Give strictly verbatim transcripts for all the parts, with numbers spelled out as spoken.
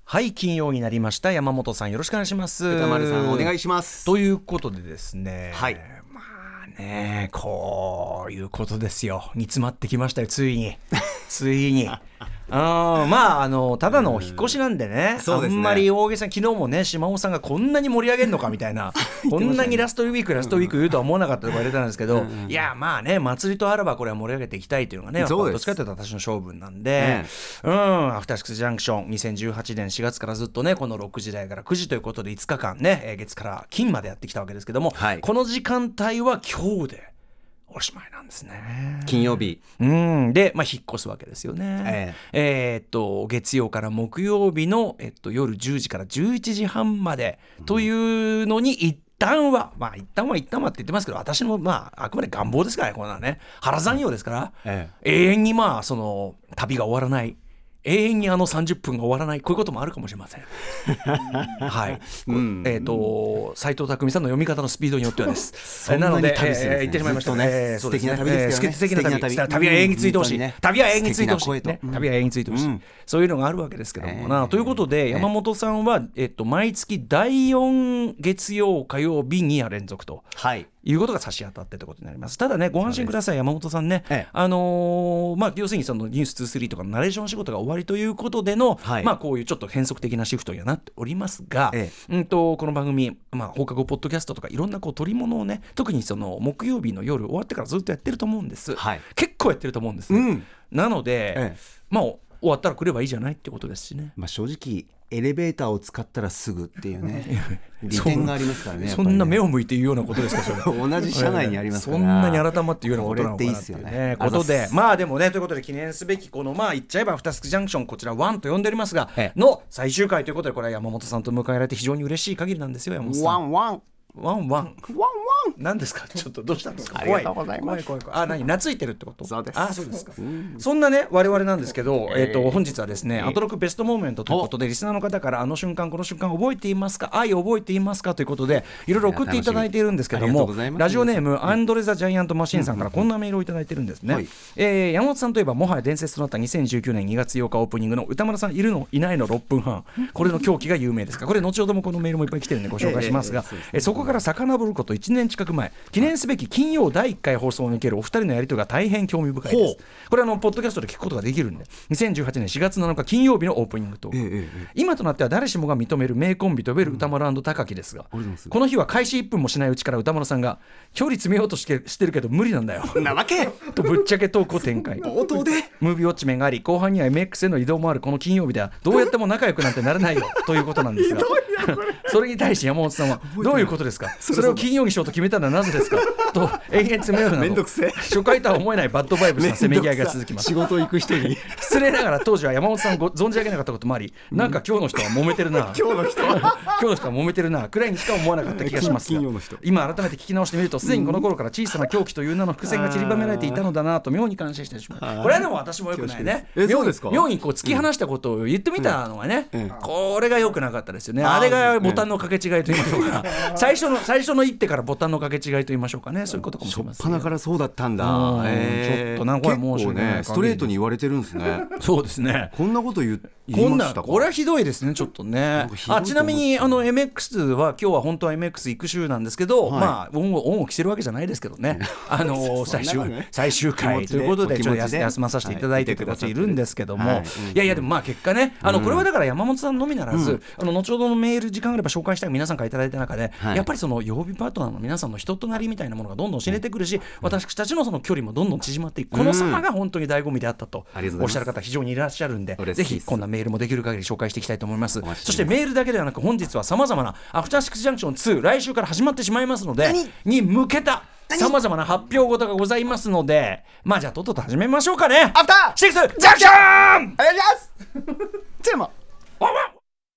はい、金曜になりました。山本さんよろしくお願いします。 歌丸さんお願いします。 ということでですね、 はい、 まあね、こういうことですよ。煮詰まってきましたよ、ついについにあまああのただのお引っ越しなんで ね, そうですね、 あんまり大げさに昨日もね島尾さんがこんなに盛り上げるのかみたいなこんなにラストウィークラストウィーク言うとは思わなかったとか言われたんですけど、うんうん、いやまあね祭りとあらばこれは盛り上げていきたいというのがねどっちかというと私の性分なんで、うん、うんアフターシックスジャンクションにせんじゅうはちねんしがつからずっとねこのろくじ台からくじということでいつかかんね月から金までやってきたわけですけども、はい、この時間帯は今日でおしまいなんですね。 金曜日うんで、まあ、引っ越すわけですよね、えええー、っと月曜から木曜日の、えっと、夜じゅうじからじゅういちじはんまでというのに一旦はまあ一旦は一旦はって言ってますけど私のまああくまで願望ですからねこんなのね原残業ですから、ええ、永遠にまあその旅が終わらない永遠にあのさんじゅっぷんが終わらないこういうこともあるかもしれませんはい、うんえー、と斉藤工さんの読み方のスピードによってはですそんなに旅するんですね、 えー、言ってしまいましたね、えー、 素敵な旅ですよね、 素敵な旅、旅旅は永遠に続いてほしい、ね、旅は永遠に続いてほしい、ね、旅は永遠に続いてほしい、うん、そういうのがあるわけですけどもな、えー、ということで山本さんは、えー、と毎月だいよん月曜火曜日に夜連続と、はいいうことが差し当たってということになります。ただねご安心ください山本さんね、ええあのーまあ、要するにそのニュースにじゅうさんとかのナレーション仕事が終わりということでの、はいまあ、こういうちょっと変則的なシフトにはなっておりますが、ええうん、とこの番組、まあ、放課後ポッドキャストとかいろんなこう取り物をね特にその木曜日の夜終わってからずっとやってると思うんです、はい、結構やってると思うんです、うん、なので、ええまあ、終わったら来ればいいじゃないってことですしね、 まあ、正直エレベーターを使ったらすぐっていうね利点がありますから ね, そ, ねそんな目を向いて言うようなことですかそれ同じ車内にありますから、 そんなに改まって言うようなことなのかなっていう、ね、 これっていいっすよねことでまあでもねということで記念すべきこのまあ言っちゃえばアフターシックスジャンクションこちらワンと呼んでおりますがの最終回ということでこれは山本さんと迎えられて非常に嬉しい限りなんですよ山本さん。 ワンワンワンワンワンワン何ですかちょっとどうしたんですか怖いありがとうございます怖い怖い怖いあ何懐いてるってことそうですあそうですか、うん、そんなね我々なんですけど、えーと本日はですね、えー、アトロクベストモーメントということでリスナーの方からあの瞬間この瞬間覚えていますか愛覚えていますかということでいろいろ送っていただいているんですけどもラジオネーム、うん、アンドレ・ザ・ジャイアント・マシンさんからこんなメールをいただいてるんですね、うんうんえー、山本さんといえばもはや伝説となったにせんじゅうきゅうねんにがつようかオープニングの歌丸さんいるのいないのろっぷんはんこれの狂気が有名ですかこれ後ほどもこのメールもいっぱい来てるんでご紹介しますが、えーえーえー、そこから遡ることいちねん近く前記念すべき金曜だいいっかい放送におけるお二人のやり取りが大変興味深いです。これはあのポッドキャストで聞くことができるんでにせんじゅうはちねんしがつなのか金曜日のオープニングトーク、えええ、今となっては誰しもが認める名コンビと呼べる歌丸&高木ですが、うん、この日は開始いっぷんもしないうちから歌丸さんが距離詰めようとしてしてるけど無理なんだよなわけとぶっちゃけトークを展開冒頭でムービーウォッチ面があり後半には エムエックス への移動もあるこの金曜日ではどうやっても仲良くなんてなれないよということなんですがそれに対し山本さんはどういうことですかそれを金曜にしようと決めたのはなぜですかと延々詰めようなど初回とは思えないバッドバイブスなせめぎ合いが続きます。 仕事行く人に失礼ながら当時は山本さんご存じ上げなかったこともあり、うん、なんか今日の人は揉めてるな今日の人は今日の人は揉めてるなくらいにしか思わなかった気がしますが今改めて聞き直してみるとすでにこの頃から小さな狂気という名の伏線が散りばめられていたのだなと妙に感心してしまう。これはでも私も良くないね。 妙に妙にこう突き放したことを言ってみたのがね、うんうん、これが良くなかったですよね。あれがボタンの掛け違いと言いましょうか最初の最初の一手からボタンの掛け違いと言いましょうかねそういうことかもしれません。 初っ端からそうだったんだ、 えー、ちょっとなんか結構ねストレートに言われてるんですねそうですねこんなこと言う言いましたか。 これはひどいですねちょっとね。あちなみにあの エムエックス は今日は本当は エムエックス 行く週なんですけど、はい、まあ恩を恩を着せるわけじゃないですけどねあの最終最終回ということでちょっと休まさせていただいてという方いるんですけども、はい、いやいやでもまあ結果ねあのこれはだから山本さんのみならず、うん、あの後ほどのメール時間があれば紹介したい皆さんからいただいた中で、はい、やっぱりその曜日パートナーの皆さんの人となりみたいなものがどんどん知れてくるし、うん、私たちのその距離もどんどん縮まっていくこの様が本当に醍醐味であったとおっしゃる方非常にいらっしゃるんでぜひこんなメールもできる限り紹介していきたいと思います。そしてメールだけではなく本日はさまざまなアフターシックスジャンクションツー来週から始まってしまいますのでに向けたさまざまな発表事がございますのでまあじゃあとっとと始めましょうかね。 アフターシックスジャンクションお願いしますテーマワンワン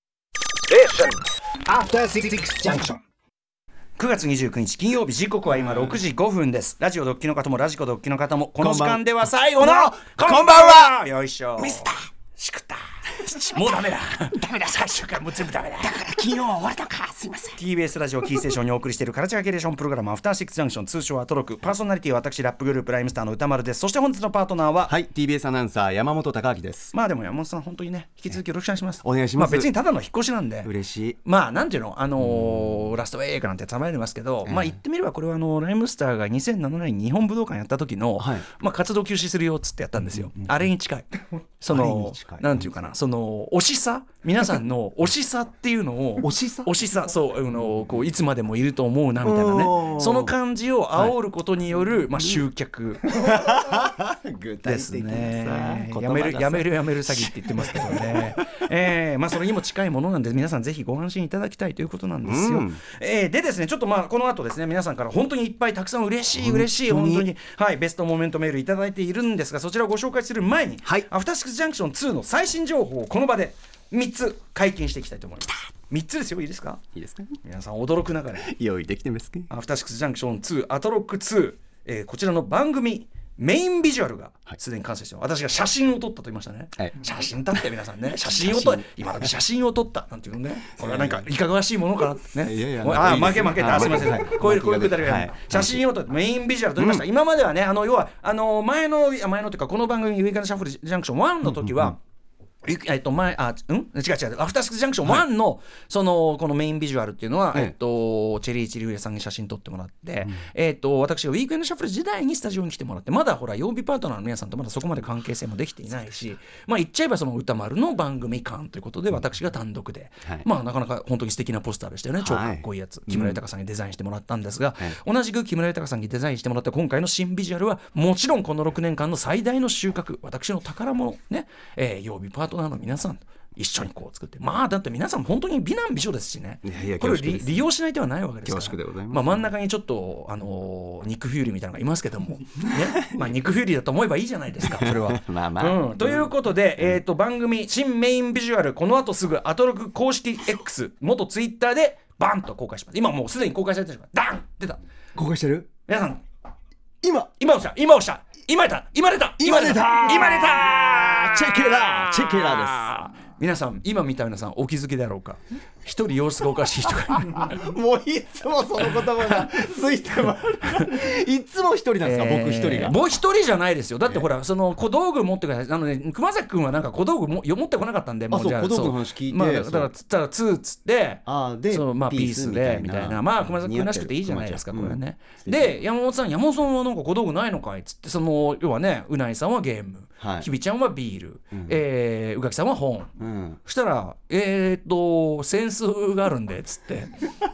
アフターシックスジャンクションくがつにじゅうくにち金曜日時刻は今ろくじごふんです。ラジオドッキの方もラジコドッキの方もこの時間では最後のこんばんはよいしょミスターしくったもうダメだダメだ最終回もう全部ダメだだから金曜は終わりのかすいません。 ティービーエス ラジオキーステーションにお送りしているカルチャーキュレーションプログラムアフターシックスジャンクション、通称アトロク。パーソナリティは私ラップグループライムスターの歌丸です。そして本日のパートナーは、 はい ティービーエス アナウンサー山本貴明です。 まあでも山本さん本当にね引き続きよろしくお願いします。 お願いします。 まあ別にただの引っ越しなんで嬉しい。 まあなんていうのあのー、ラストウェイクなんてたまれてますけど、えー、まあ言ってみればこれはあのライムスターがにせんななねんに日本武道館やった時の、はい、まあ活動休止するよっつってやったんですよ、うんうん、あれに近いそのなんていうかなその推しさ皆さんの推しさっていうのを推しさ推しさそうあのこういつまでもいると思うなみたいなねその感じを煽ることによる、はいまあ、集客ですね。やめるやめるやめる詐欺って言ってますけどね、えーまあ、それにも近いものなんで皆さんぜひご安心いただきたいということなんですよ、うんえー、でですねちょっとまあこの後ですね皆さんから本当にいっぱいたくさん嬉しい嬉しい本当にはいベストモメントメールいただいているんですがそちらをご紹介する前に、はい、アフターシックスジャンクションツーの最新情報をこの場でみっつ解禁していきたいと思います。みっつですよ。いいですか？ いいですか？ 皆さん驚くながら用意できてますか？ アフターシックスジャンクションツーアトロックツー、えー、こちらの番組メインビジュアルがすでに完成してます、はい、私が写真を撮ったと言いましたね、はい、写真撮って皆さんね写真を撮って今時写真を撮ったなんていうのねこれはなんかいかがわしいものかなってねいやいやあ負け負けたすいません、はい、こういうこういうくだりが、はい、写真を撮ってメインビジュアル撮りました、うん、今まではねあの要はあの前の前のというかこの番組ウィークエンドシャッフルジャンクションワンの時は、うんうんうんえっと前あうん違う違うアフターシックスジャンクションワンの、はい、そのこのメインビジュアルっていうのは、えっとチェリーチリウエさんに写真撮ってもらって、うん、えっと私がウィークエンドシャッフル時代にスタジオに来てもらってまだほら曜日パートナーの皆さんとまだそこまで関係性もできていないしまあ言っちゃえばその歌丸の番組感ということで私が単独で、はい、まあなかなか本当に素敵なポスターでしたよね超かっこいいやつ、はい、木村豊さんにデザインしてもらったんですが、うん、同じく木村豊さんにデザインしてもらった今回の新ビジュアルはもちろんこのろくねんかんの最大の収穫私の宝物ね、えー、曜日パートナーの皆さん一緒にこう作ってまあだって皆さん本当に美男美女ですしねいやいやこれを 利, 利用しない手はないわけですから恐縮でございます、 まあ、真ん中にちょっと、あのー、ニック・フューリーみたいなのがいますけども、ねまあ、ニック・フューリーだと思えばいいじゃないですかそれはまあまあ、 うん、ということで、うんえー、と番組新メインビジュアルこの後すぐアトロク公式 X 元ツイッターでバンと公開します。今もうすでに公開されてるからダン出た公開してる皆さん今今押した今押した今出た今出た今出た今出たチェケラチェケラです皆さん今見た皆さんお気づきだろうか一人様子がおかしい人がもういつもその言葉がついてますいつも一人なんですか、えー、僕一人がもう一人じゃないですよだってほら、えー、その小道具持ってくださいあのね熊崎君はなんか小道具も持ってこなかったんでもうじゃあ小道具の話聞いてまあ、だからつったらツーつってあでそう、まあ、ピースでみたいなまあ熊崎君らしくていいじゃないですかこれはね、うん、で山本さん山本さんはなんか小道具ないのかいっつってその要はねうないさんはゲーム、はい、ひびちゃんはビール、うんえー、宇垣さんは本、うん、そしたらえー、っとセンスがあるんでっつって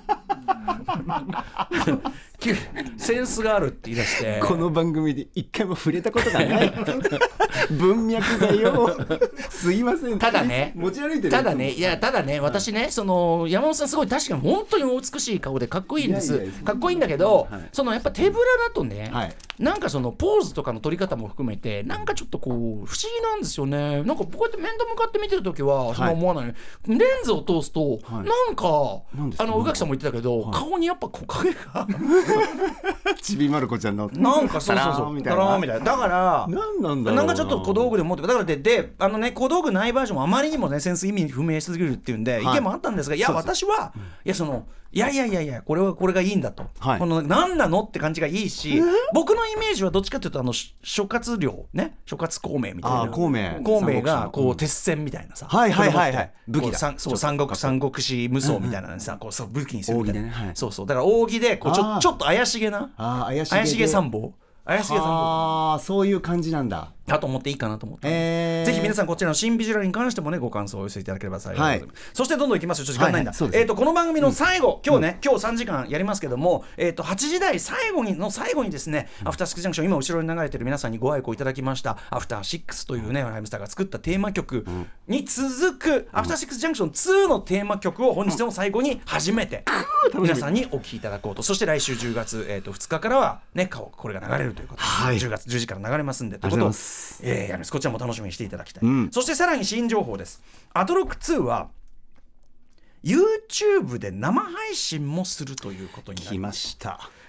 センスがあるって言い出してこの番組で一回も触れたことがない文脈がよすいませんただね持ち歩いてるただねいやただね私ねその山本さんすごい確かに本当にお美しい顔でかっこいいんですいやいやかっこいいんだけど、はい、そのやっぱ手ぶらだとね、はい、なんかそのポーズとかの取り方も含めてなんかちょっとこう不思議なんですよねなんかこうやって面と向かって見てるときはそんな思わない、はい、レンズを通すと、はい、なんかあの宇垣さんも言ってたけど、はい、顔にやっぱこう影がちびまる子ちゃんのなんかそうそうそうみたいなだからなんなんだろうなんかちょっと小道具で持ってだからでであのね小道具ないバージョンもあまりにもねセンス意味不明しすぎるっていうんで、はい、意見もあったんですがいや私は、うん、いやそのいやいやいやいやこれはこれがいいんだと、はい、この何なのって感じがいいし、僕のイメージはどっちかというとあの諸葛亮ね諸葛孔明みたいなあ孔明孔明がこう鉄線みたいなさ、 はいはいはいはい武器だそう三国三国志無双みたいなのさ、うんうん、こうそう武器にするみたいな、ねはい、そうそうだから扇でこうちょちょっと怪しげなあ怪しげ怪しげ参謀怪しげ参謀ああそういう感じなんだだと思っていいかなと思って、 えー、 ぜひ皆さんこちらの新ビジュアルに関してもねご感想をお寄せいただければ幸いでございます、はい、そしてどんどんいきますよちょっと時間ないんだ、はいはいえー、とこの番組の最後、うん、今日ね、うん、今日さんじかんやりますけども、えー、とはちじ台最後にの最後にですね、うん、アフターシックスジャンクション今後ろに流れてる皆さんにご愛顧いただきましたアフターシックスというねライムスターが作ったテーマ曲に続く、うん、アフターシックスジャンクションツーのテーマ曲を本日の最後に初めて皆さんにお聴きいただこうとそして来週じゅうがつ、えー、とふつかからはねこれが流れるということで、はい、じゅうがつじゅうじから流れますんでということを、えー、やりますこちらも楽しみにしていただきたい、うん、そしてさらに新情報ですアトロックツーは YouTube で生配信もするということになりました、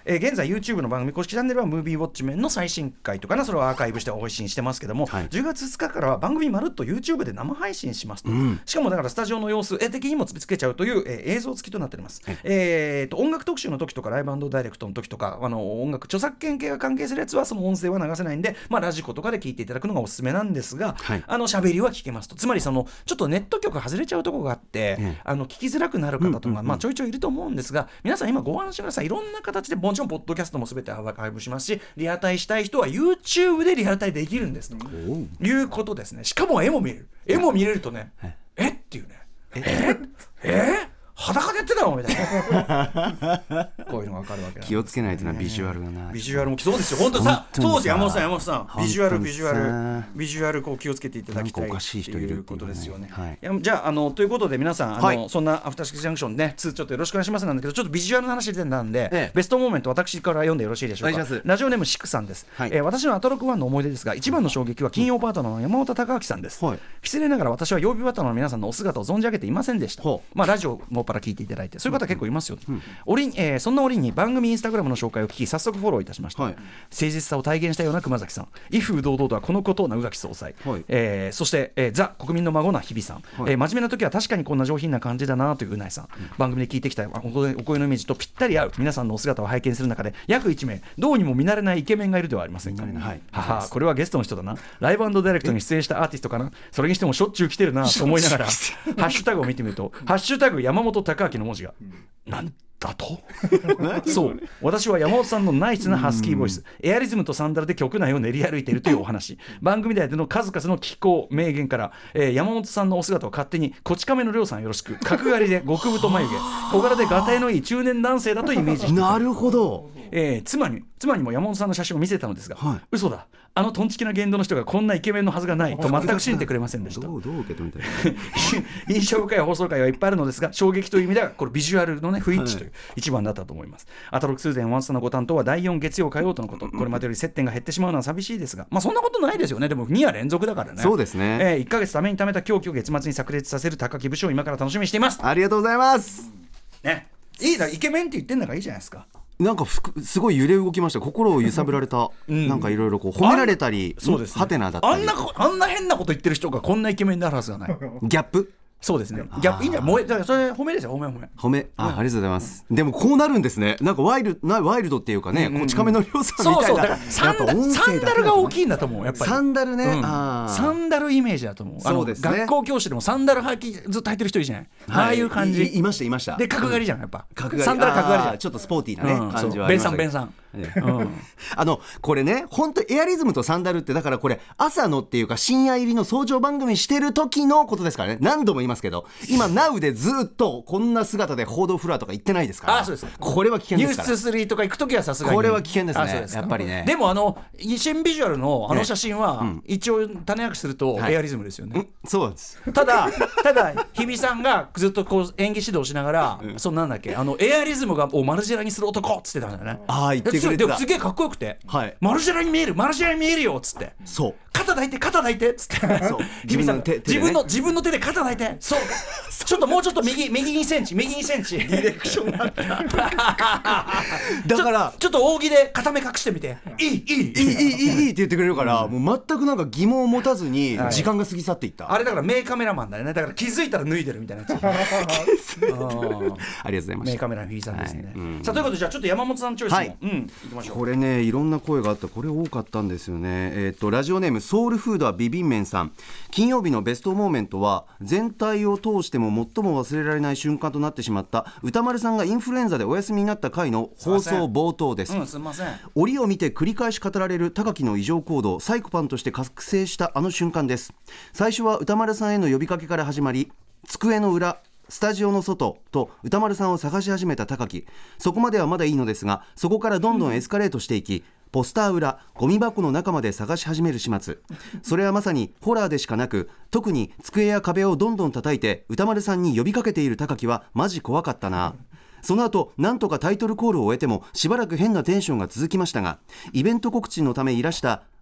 えー、現在 YouTube の番組公式チャンネルはムービーウォッチメンの最新回とかな、それをアーカイブして配信してますけども、はい、じゅうがつつつかからは番組まるっと YouTube で生配信しますと、うん、しかもだからスタジオの様子絵的にもつけちゃうという、えー、映像付きとなっております、はい、えー、と音楽特集の時とかライブ&ダイレクトの時とか、あの音楽著作権系が関係するやつはその音声は流せないんで、まあ、ラジコとかで聞いていただくのがおすすめなんですが、はい、あの喋りは聞けますと。つまりそのちょっとネット局外れちゃうところがあって、うん、あの聞きづらくなる方とか、うんうんうん、まあ、ちょいちょいいると思うんですが、皆さん今ご安心ください。いろんな形でもちろんポッドキャストも全て配布しますし、リアタイしたい人は YouTube でリアタイできるんですということですね。しかも絵も見れる絵も見れるとね、えっていうね、えええ裸でやってたのみたいなこういうのが分かるわけなんです、ね、 気をつけないとな、ビジュアルがな、 ビジュアルもそうですよ本当さ、当時山本さん山本さんビジュアルビジュアルビジュアルこう気をつけていただきたいということですよね。はい、じゃあ、あのということで皆さんあの、はい、そんなアフターシックスジャンクションねにちょっとよろしくお願いしますなんだけど、ちょっとビジュアルの話出てたんで、ええ、ベストモーメント私から読んでよろしいでしょうか。ラジオネームシクさんです、はい、えー、私のアトロクワンの思い出ですが、一番の衝撃は金曜パートナーの山本貴明さんです、はい、失礼ながら私は曜日パートナーの皆さんのお姿を存じ上げていませんでした。まあ、ラジオもっぱら聞いていただいてそういう方結構いますよ、うん、折えー、そんな折に番組インスタグラムの紹介を聞き早速フォローいたしました、はい、誠実さを体現したような熊崎さん、威風堂々とはこのことな宇垣総裁、はい、えー、そして、えー、ザ国民の孫な日比さん、はい、えー、真面目な時は確かにこんな上品な感じだなといううないさん、うん、番組で聞いてきたお声のイメージとぴったり合う皆さんのお姿を拝見する中で約いち名どうにも見慣れないイケメンがいるではありませんか、はい、ははこれはゲストの人だな、ライブ&ダイレクトに出演したアーティストかな、それにしてもしょっちゅう来てるなと思いながらハッシュタグを見てみるとハッシュタグ山本貴明の文字が、うん、なんだとそう私は山本さんのナイスなハスキーボイス、エアリズムとサンダルで局内を練り歩いているというお話番組内での数々の気候名言から、えー、山本さんのお姿を勝手にこち亀のりょうさんよろしく角刈りで極太眉毛小柄でがたいのいい中年男性だとイメージしてなるほど、 えー、妻に妻にも山本さんの写真を見せたのですが、はい、嘘だあのトンチキな言動の人がこんなイケメンのはずがないと全く信じてくれませんでした。 どうどう受け止めたら印象深い放送回はいっぱいあるのですが衝撃という意味ではこれビジュアルのね不一致という一番だったと思います、はい、アトロク通電ワンスタのご担当はだいよん月曜火曜とのこと、これまでより接点が減ってしまうのは寂しいですが、まあそんなことないですよね。でもに夜連続だからね。 そうですね、 えー、いっかげつために貯めた狂気を月末に炸裂させる高木部長を今から楽しみにしています。 ありがとうございますね、いいだイケメンって言ってんだからいいじゃないですか。 なんかすごい揺れ動きました。心を揺さぶられた、うん、なんかいろいろこう褒められたり、そうですね、ハテナだったり、 あんなあんな変なこと言ってる人がこんなイケメンになるはずがないギャップ。 そうですね、ギャップいいんじゃない、もえだからそれ褒めですよ、褒め褒め褒め、あ、ありがとうございます、うん、でもこうなるんですね。なんかワイルなワイルドっていうかね、うんうんうん、こち亀のりょうさんみたいな。そうそう、だからサン ダ, サンダルが大きいんだと思う。やっぱりサンダルね、うん、 あサンダルイメージだと思う。 そうですね、 学校教師でもサンダル履きずっと履いてる人いるじゃない、はい、ああいう感じい, いましたいました。 で角刈りじゃん、やっぱ角刈り、 サンダル角刈りじゃん、 ちょっとスポーティーなね、うん、感じはあベりましたけど。 ンさんベンさんうん、 あのこれね本当エアリズムとサンダルってだからこれ朝のっていうか深夜入りの早朝番組してる時のことですからね。何度も言いますけど今ナウでずっとこんな姿で報道フロアとか行ってないですから。 あ、そうです。 これは危険ですから。 ニュースにじゅうさんとか行く時はさすがにこれは危険ですね。やっぱりね。 でもあの新ビジュアルのあの写真は、ね、うん、一応種明かしするとエアリズムですよね、はい、 うん、そうです。 ただただ日比さんがずっとこう演技指導しながら、うん、そんなんだっけあのエアリズムがをマルジェラにする男っつってたんだよね。 ああ言ってくれてた。 でもすげえかっこよくて、はい、マルジェラに見えるマルジェラに見えるよっつって、 そう肩抱いて肩抱いてっつってそう日比さん自分の自分の手で肩抱いて、そうちょっともうちょっと右右にセンチ右にセンチディレクションだっただからちょっと扇で片目隠してみていいいいいいいいいいいって言ってくれるから、うん、もう全くなんか疑問を持たずに時間が過ぎ去っていった、はい、 あれだから名カメラマンだよね。だから気づいたら脱いでるみたいなやつありがとうございました。 名カメラの日比さんですね、はい、うん、さあということでじゃあちょっと山本さんチョイスも、はい、うん、いきましょう。 これねいろんな声があった。これ多かったんですよね。えー、とラジオネームソウルフードはビビンメンさん。金曜日のベストモーメントは全体を通しても最も忘れられない瞬間となってしまった歌丸さんがインフルエンザでお休みになった回の放送冒頭です。 うん、すいません。 折を見て繰り返し語られる高木の異常行動、サイコパンとして覚醒したあの瞬間です。最初は歌丸さんへの呼びかけから始まり、机の裏、スタジオの外と歌丸さんを探し始めた高木。そこまではまだいいのですが、そこからどんどんエスカレートしていき、ポスター裏、ゴミ箱の中まで探し始める始末。それはまさにホラーでしかなく、特に机や壁をどんどん叩いて歌丸さんに呼びかけている高木はマジ怖かったな。その後なんとかタイトルコールを終えてもしばらく変なテンションが続きましたが、イベント告知のためいらした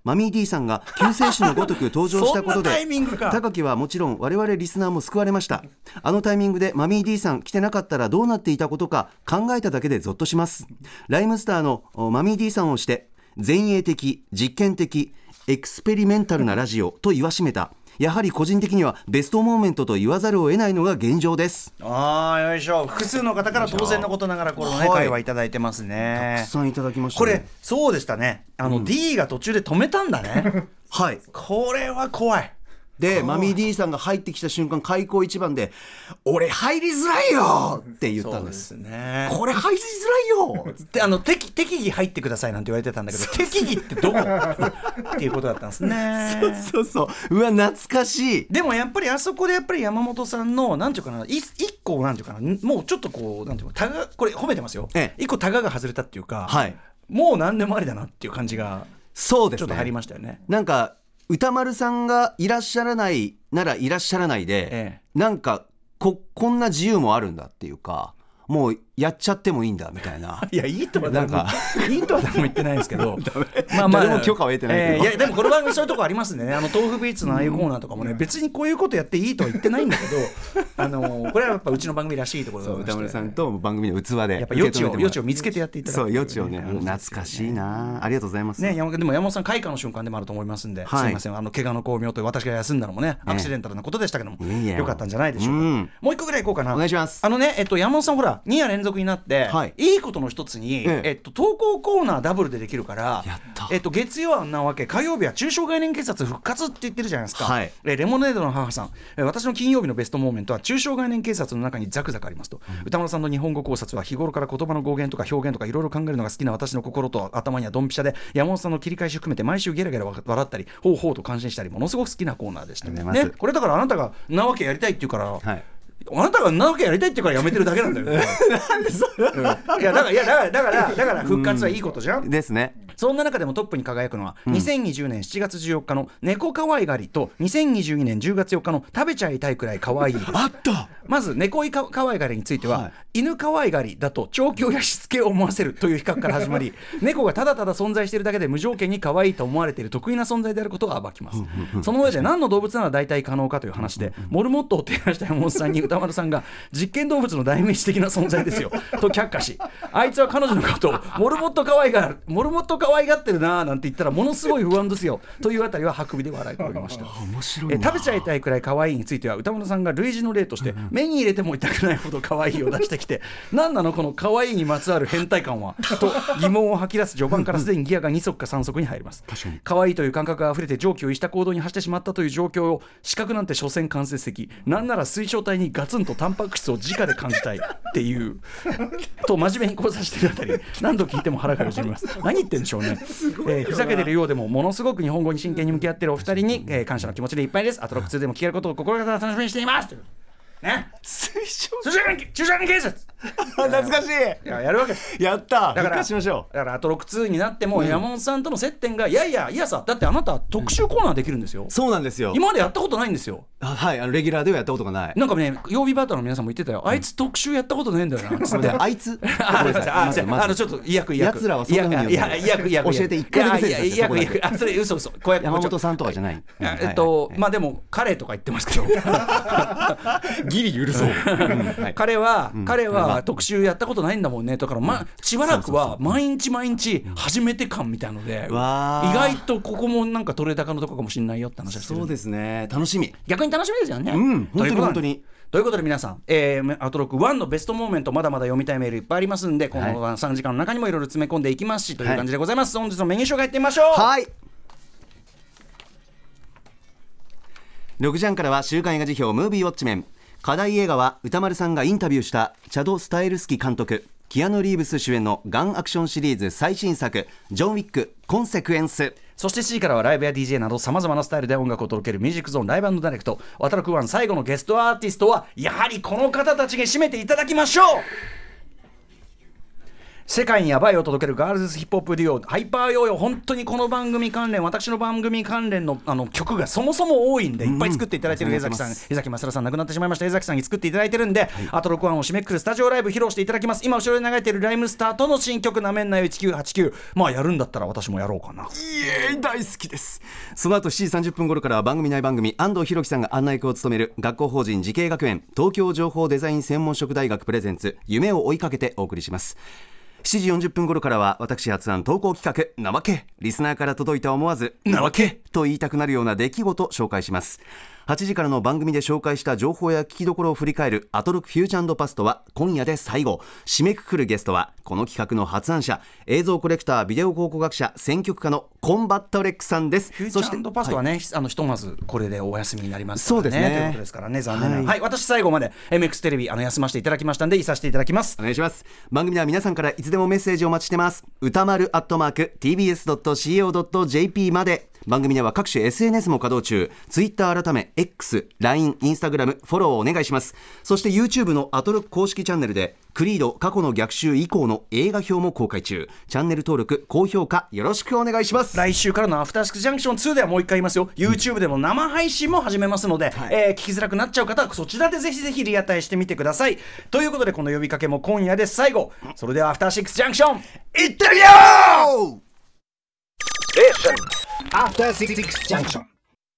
マミー D さんが救世主のごとく登場したことで高木はもちろん我々リスナーも救われました。あのタイミングでマミー D さん来てなかったらどうなっていたことか考えただけでゾッとします。ライムスターのマミー D さんをして前衛的実験的エクスペリメンタルなラジオと言わしめた、やはり個人的にはベストモーメントと言わざるを得ないのが現状です。 あー、よいしょ。複数の方から当然のことながらこのね、会話いただいてますね。 たくさんいただきましたね。 これそうでしたね。あの、うん、D が途中で止めたんだねはい、 これは怖い。 でマミー D さんが入ってきた瞬間開口一番で俺入りづらいよって言ったんです。 そうですね、 これ入りづらいよってあの適適宜入ってくださいなんて言われてたんだけど適宜ってどこっていうことだったんですね。 そうそうそううわ懐かしい。 でもやっぱりあそこでやっぱり山本さんのなんていうかな一個なんていうかなもうちょっとこうなんていうかタガこれ褒めてますよ、ええ、一個タガが外れたっていうか、はい、もう何でもありだなっていう感じがそうですねちょっと入りましたよね。 なんか歌丸さんがいらっしゃらないならいらっしゃらないで、ええ、なんか こ, こんな自由もあるんだっていうかもうやっちゃってもいいんだみたいな。 いやいいとはなんかいいとはも言ってないんですけどまあまあ誰も許可を得てないけど、 えー、いやでもこの番組そういうとこありますんでね。あの豆腐ビーツのああいうコーナーとかもね、うん、別にこういうことやっていいとは言ってないんだけどあのこれはやっぱうちの番組らしいところがありまして、 歌丸さんと番組の器でやっぱ余地を余地を見つけてやっていただく、 そう余地をね懐かしいな、ありがとうございますね。山でも山本さん開花の瞬間でもあると思いますんで、はい、すいませんあの怪我の巧妙という私が休んだのもねアクシデンタルなことでしたけども、ね、よかったんじゃないでしょうか、うん、もう一個ぐらいいこうかな。 お願いします。 あのね、えっと、山本さんほらに夜連続になって、はい、いいことの一つに、えええっと、投稿コーナーダブルでできるから、えっと、月曜はなわけ火曜日は中小概念警察復活って言ってるじゃないですか、はい、えレモネードの母さん、え私の金曜日のベストモーメントは中小概念警察の中にザクザクありますと、うん、歌丸さんの日本語考察は日頃から言葉の語源とか表現とかいろいろ考えるのが好きな私の心と頭にはドンピシャで山本さんの切り返し含めて毎週ゲラゲラ笑ったりほうほうと感心したりものすごく好きなコーナーでしたね。ねこれだからあなたがなわけやりたいって言うから、はいあなたがなわけやりたいって言うからやめてるだけなんだよなんでそれ、うん、いやだからいやだからだからだから復活はいいことじゃん、 うん、ですね。 そんな中でもトップに輝くのは、うん、にせんにじゅうねんしちがつじゅうよっかの猫かわいがりとにせんにじゅうにねんじゅうがつよっかの食べちゃいたいくらいかわいいです。 あったまず猫かわいがりについては、はい、犬かわいがりだと調教やしつけを思わせるという比較から始まり猫がただただ存在しているだけで無条件に可愛いと思われている得意な存在であることを暴きますその上で何の動物なら大体可能かという話でモルモットを提案した山本さんに歌丸さんが実験動物の代名詞的な存在ですよと却下し、あいつは彼女のことをモルモット可愛がるモルモット可愛がってるななんて言ったらものすごい不安ですよというあたりはハクビで笑い転げました。 面白いえ食べちゃいたいくらい可愛いについては歌丸さんが類似の例として、うん、目に入れても痛くないほど可愛いを出してきて何なのこの可愛いにまつわる変態感はと疑問を吐き出す序盤からすでにギアがに足かさん足に入ります。 確かに可愛いという感覚が溢れて常軌を逸した行動に走ってしまったという状況を視覚なんて所詮間接的なんなら水晶体にガツンとタンパク質を直で感じたいっていうと真面目に考察しているあたり何度聞いても腹がよじみます。何言ってんでしょうね、えー、ふざけてるようでもものすごく日本語に真剣に向き合っているお二人に、えー、感謝の気持ちでいっぱいです。アトロックツーでも聞けることを心から楽しみにしていますね。 水晶中小概念警察懐かしい。 いややるわけです。 やっただからしましょう。 だからアトロックツーになっても、うん、山本さんとの接点がいやいやいやさだってあなた特集コーナーできるんですよ。 そうなんですよ。 今までやったことないんですよ。 あはいあのレギュラーではやったことがない。 なんかね曜日バーターの皆さんも言ってたよ、うん、あいつ特集やったことないんだよなつってあいつあのちょっと意訳意訳やつらはそんな風にいやいや教えて一回だけせいやいやいやそれ嘘嘘小山本さんとかじゃないえっとまあでも彼とか言ってますけどギリ許そう彼は彼は特集やったことないんだもんねだからましばらくは毎日毎日初めて感みたいので意外とここもなんか取れ高のとこかもしれないよって話をしてる。 そうですね楽しみ逆に楽しみですよね。 うん本当に本当にということで皆さん、えー、アトロックワンのベストモーメントまだまだ読みたいメールいっぱいありますんでこのさんじかんの中にもいろいろ詰め込んでいきますしという感じでございます、はい、本日のメニュー紹介いってみましょう。 はいろくじはんからは週刊映画辞表ムービーウォッチメン。課題映画は歌丸さんがインタビューしたチャド・スタイルスキ監督キアヌ・リーブス主演のガンアクションシリーズ最新作ジョン・ウィックコンセクエンス。 そしてしちじからはライブや ディージェー などさまざまなスタイルで音楽を届けるミュージックゾーンライブ&ダイレクト。ワタロクワン最後のゲストアーティストはやはりこの方たちに締めていただきましょう。 世界にヤバいを届けるガールズヒップホップデュオハイパーヨーヨー、本当にこの番組関連、私の番組関連 の, あの曲がそもそも多いんで、いっぱい作っていただいてる江崎さん、江崎正さん亡くなってしまいました江崎さんに作っていただいてるんで、はい、あとろくわんを締めくくるスタジオライブ披露していただきます。今後ろに流れているライムスターとの新曲なめんなよいちきゅうはちきゅう、まあやるんだったら私もやろうかな。 いえ大好きです。その後しちじさんじゅっぷん頃からは番組内番組、安藤弘樹さんが案内役を務める学校法人慈恵学園東京情報デザイン専門職大学プレゼンツ夢を追いかけてお送りします。しちじよんじゅっぷん頃からは私発案投稿企画なわけ、リスナーから届いた思わずなわけと言いたくなるような出来事を紹介します。はちじからの番組で紹介した情報や聞きどころを振り返るアトロクフューチャーパストは今夜で最後。締めくくるゲストはこの企画の発案者、映像コレクター、ビデオ考古学者、選曲家のコンバットレックさんです。 フューチャーパストはね、はい、あのひとまずこれでお休みになりますからね。 そうですね、 ということですからね、残念な、はいはい、私最後まで エムエックス テレビあの休ませていただきましたんで、いさせていただきます。 お願いします。番組では皆さんからいつでもメッセージをお待ちしてます。歌丸アットマーク ティービーエスドットシーオードットジェーピー まで。番組では各種 エスエヌエス も稼働中。 Twitter 改め X、ライン、Instagram フォローをお願いします。そして YouTube のアトロック公式チャンネルでクリード過去の逆襲以降の映画表も公開中。チャンネル登録、高評価よろしくお願いします。 来週からのアフターシックスジャンクションツーではもう一回言いますよ、 YouTube でも生配信も始めますので、はい、えー、聞きづらくなっちゃう方はそちらでぜひぜひリアタイしてみてください。ということでこの呼びかけも今夜で最後。それではアフターシックスジャンクションいってみよう。アフターシックスジャンクション、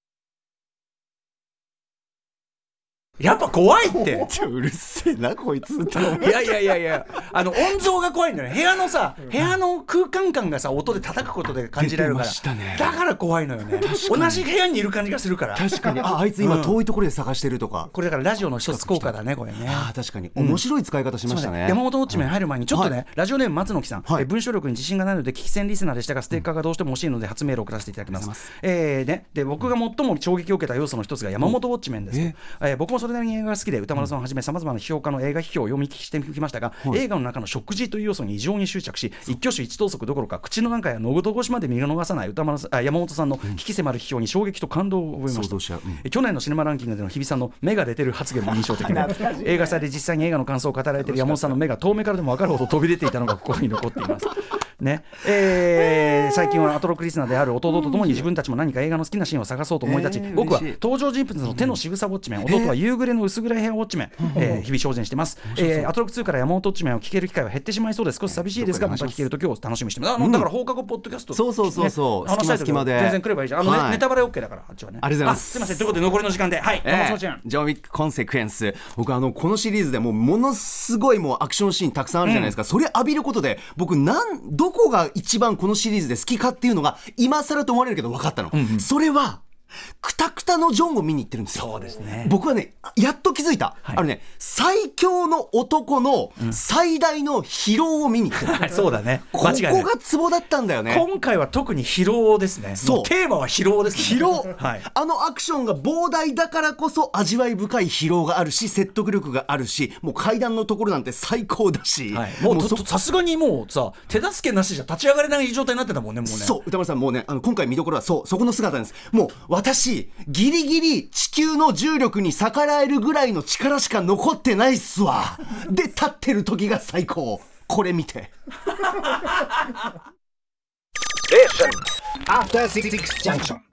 やっぱ怖いってうるせえなこいついやいやいやいや、あの音像が怖いんだよね。部屋のさ、部屋の空間感がさ音で叩くことで感じられるから、ね、だから怖いのよね。同じ部屋にいる感じがするから。 確かに あ, あいつ今遠いところで探してるとか、 うん、これだからラジオの一つ効果だねこれね。 あ確かに面白い使い方しましたね、うん、 山本ウォッチメン入る前にちょっとね、はい、ラジオネーム松野木さん、はい、え文章力に自信がないので聞き戦リスナーでしたがステッカーがどうしても欲しいので初メールを送らせていただきます、うん、えーね、で僕が最も衝撃を受けた要素の一つが山本ウォッチメンです、うんえー、僕もそれなりに映画が好きで歌丸さんをはじめさまざまな批評家の映画批評を読み聞きしてきましたが、はい、映画の中の食事という要素に異常に執着し、一挙手一投足どころか口の中や喉越しまで見逃さない歌丸さあ山本さんの引き迫る批評に衝撃と感動を覚えました、うん、去年のシネマランキングでの日比さんの目が出てる発言も印象的で映画祭で実際に映画の感想を語られている山本さんの目が遠目からでも分かるほど飛び出ていたのが心に残っていますねえー、最近はアトロクリスナーである弟とともに自分たちも何か映画の好きなシーンを探そうと思い立ち、えー、僕は登場人物の手の仕草ウォッチメン、弟は夕暮れの薄暗い部屋ウォッチメン、えー、日々精進してます、えー、アトロクツーから山本ウォッチメンを聞ける機会は減ってしまいそうです。少し寂しいですがまた聞ける時を楽しみにしてます。あのだから放課後ポッドキャスト、ね、 そうそうそうそう、 話したい時全然来ればいいじゃん。あの、ねはい、ネタバレ OK だからあっちはね。 ありがとうございます。 すいません、ということで残りの時間で、はい、 えー、ジョン・ウィック・コンセクエンス、僕あのこのシリーズでもうものすごいもうアクションシーンたくさんあるじゃないですか、うん、それ浴びることで僕なんどこが一番このシリーズで好きかっていうのが今更と思われるけど分かったの、うんうん、それはクタクタのジョンを見に行ってるんですよ。 そうですね。 僕はねやっと気づいた、はい、あのね最強の男の最大の疲労を見に行ってる、 うん、そうだね、 間違いない。ここがツボだったんだよね。 今回は特に疲労ですね。そうテーマは疲労ですね。 疲労、はい、あのアクションが膨大だからこそ味わい深い疲労があるし説得力があるし、もう階段のところなんて最高だし、はい、 もうさすがにもうさ手助けなしじゃ立ち上がれない状態になってたもんね。もうねそう歌丸さんもうねあの今回見どころはそうそこの姿なんです。もう私ギリギリ地球の重力に逆らえるぐらいの力しか残ってないっすわで立ってる時が最高。これ見てアフターシックスジャンクション。